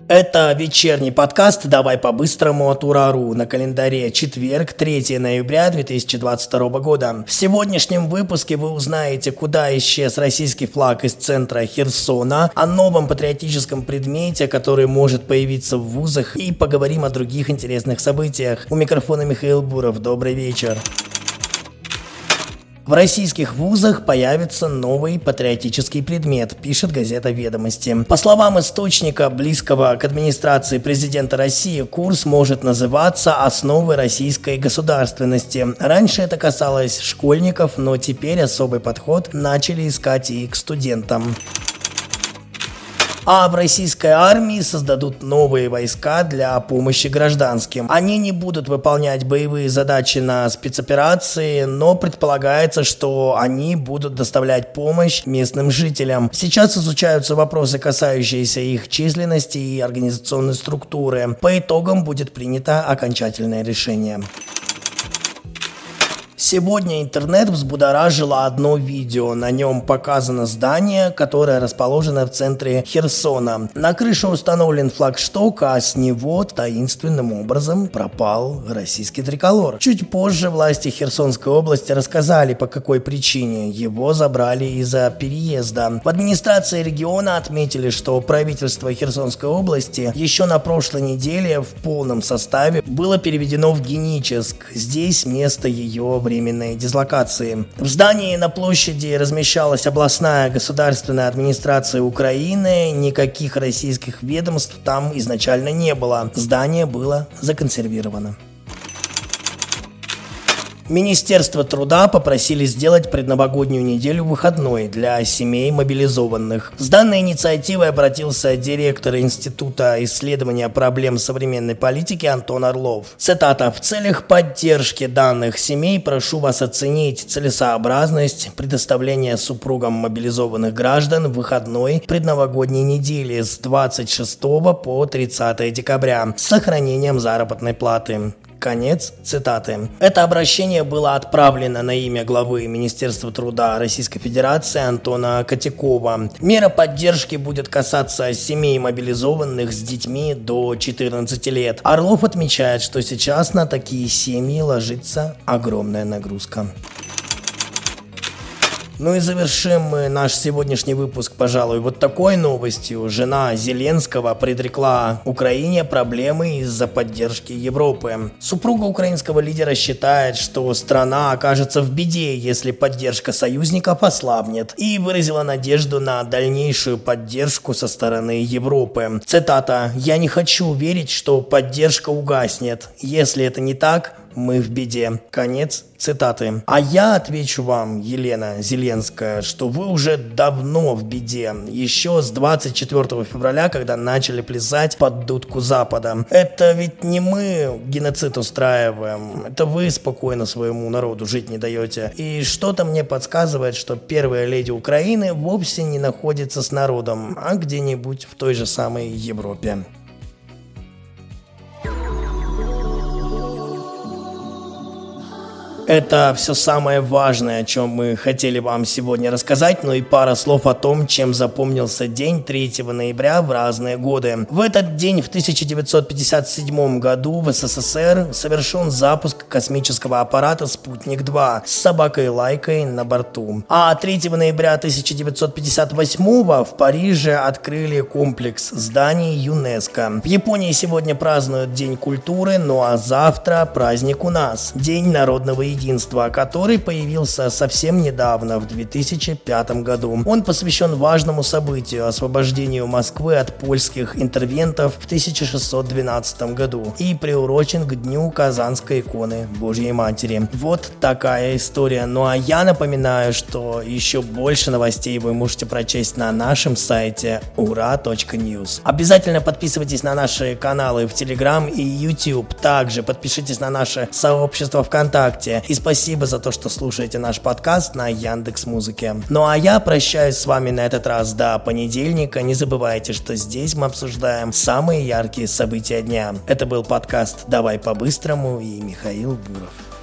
Это вечерний подкаст «Давай по-быстрому» от Ура.ру. На календаре четверг, 3 ноября 2022 года. В сегодняшнем выпуске вы узнаете, куда исчез российский флаг из центра Херсона, о новом патриотическом предмете, который может появиться в вузах, и поговорим о других интересных событиях. У микрофона Михаил Буров. Добрый вечер. В российских вузах появится новый патриотический предмет, пишет газета «Ведомости». По словам источника, близкого к администрации президента России, курс может называться «Основы российской государственности». Раньше это касалось школьников, но теперь особый подход начали искать и к студентам. А в российской армии создадут новые войска для помощи гражданским. Они не будут выполнять боевые задачи на спецоперации, но предполагается, что они будут доставлять помощь местным жителям. Сейчас изучаются вопросы, касающиеся их численности и организационной структуры. По итогам будет принято окончательное решение. Сегодня интернет взбудоражило одно видео. На нем показано здание, которое расположено в центре Херсона. На крыше установлен флагшток, а с него таинственным образом пропал российский триколор. Чуть позже власти Херсонской области рассказали, по какой причине. Его забрали из-за переезда. В администрации региона отметили, что правительство Херсонской области еще на прошлой неделе в полном составе было переведено в Геническ. Здесь место ее временной дислокации. В здании на площади размещалась областная государственная администрация Украины. Никаких российских ведомств там изначально не было. Здание было законсервировано. Министерство труда попросили сделать предновогоднюю неделю выходной для семей мобилизованных. С данной инициативой обратился директор Института исследования проблем современной политики Антон Орлов. Цитата: «В целях поддержки данных семей прошу вас оценить целесообразность предоставления супругам мобилизованных граждан выходной предновогодней недели с 26 по 30 декабря с сохранением заработной платы». Конец цитаты. Это обращение было отправлено на имя главы Министерства труда Российской Федерации Антона Котякова. Мера поддержки будет касаться семей мобилизованных с детьми до 14 лет. Орлов отмечает, что сейчас на такие семьи ложится огромная нагрузка. Ну и завершим мы наш сегодняшний выпуск, пожалуй, вот такой новостью. Жена Зеленского предрекла Украине проблемы из-за поддержки Европы. Супруга украинского лидера считает, что страна окажется в беде, если поддержка союзников ослабнет, и выразила надежду на дальнейшую поддержку со стороны Европы. Цитата: «Я не хочу верить, что поддержка угаснет. Если это не так, мы в беде». Конец цитаты. А я отвечу вам, Елена Зеленская, что вы уже давно в беде. Еще с 24 февраля, когда начали плясать под дудку Запада. Это ведь не мы геноцид устраиваем. Это вы спокойно своему народу жить не даете. И что-то мне подсказывает, что первая леди Украины вовсе не находится с народом, а где-нибудь в той же самой Европе. Это все самое важное, о чем мы хотели вам сегодня рассказать, но и пара слов о том, чем запомнился день 3 ноября в разные годы. В этот день в 1957 году в СССР совершен запуск космического аппарата «Спутник-2» с собакой Лайкой на борту. А 3 ноября 1958 в Париже открыли комплекс зданий ЮНЕСКО. В Японии сегодня празднуют День культуры, ну а завтра праздник у нас – День народного единства, который появился совсем недавно, в 2005 году. Он посвящен важному событию – освобождению Москвы от польских интервентов в 1612 году и приурочен к Дню Казанской иконы Божьей Матери. Вот такая история. Ну а я напоминаю, что еще больше новостей вы можете прочесть на нашем сайте ura.news. Обязательно подписывайтесь на наши каналы в Telegram и YouTube. Также подпишитесь на наше сообщество ВКонтакте. И спасибо за то, что слушаете наш подкаст на Яндекс.Музыке. Ну а я прощаюсь с вами на этот раз до понедельника. Не забывайте, что здесь мы обсуждаем самые яркие события дня. Это был подкаст «Давай по-быстрому» и Михаил Буров.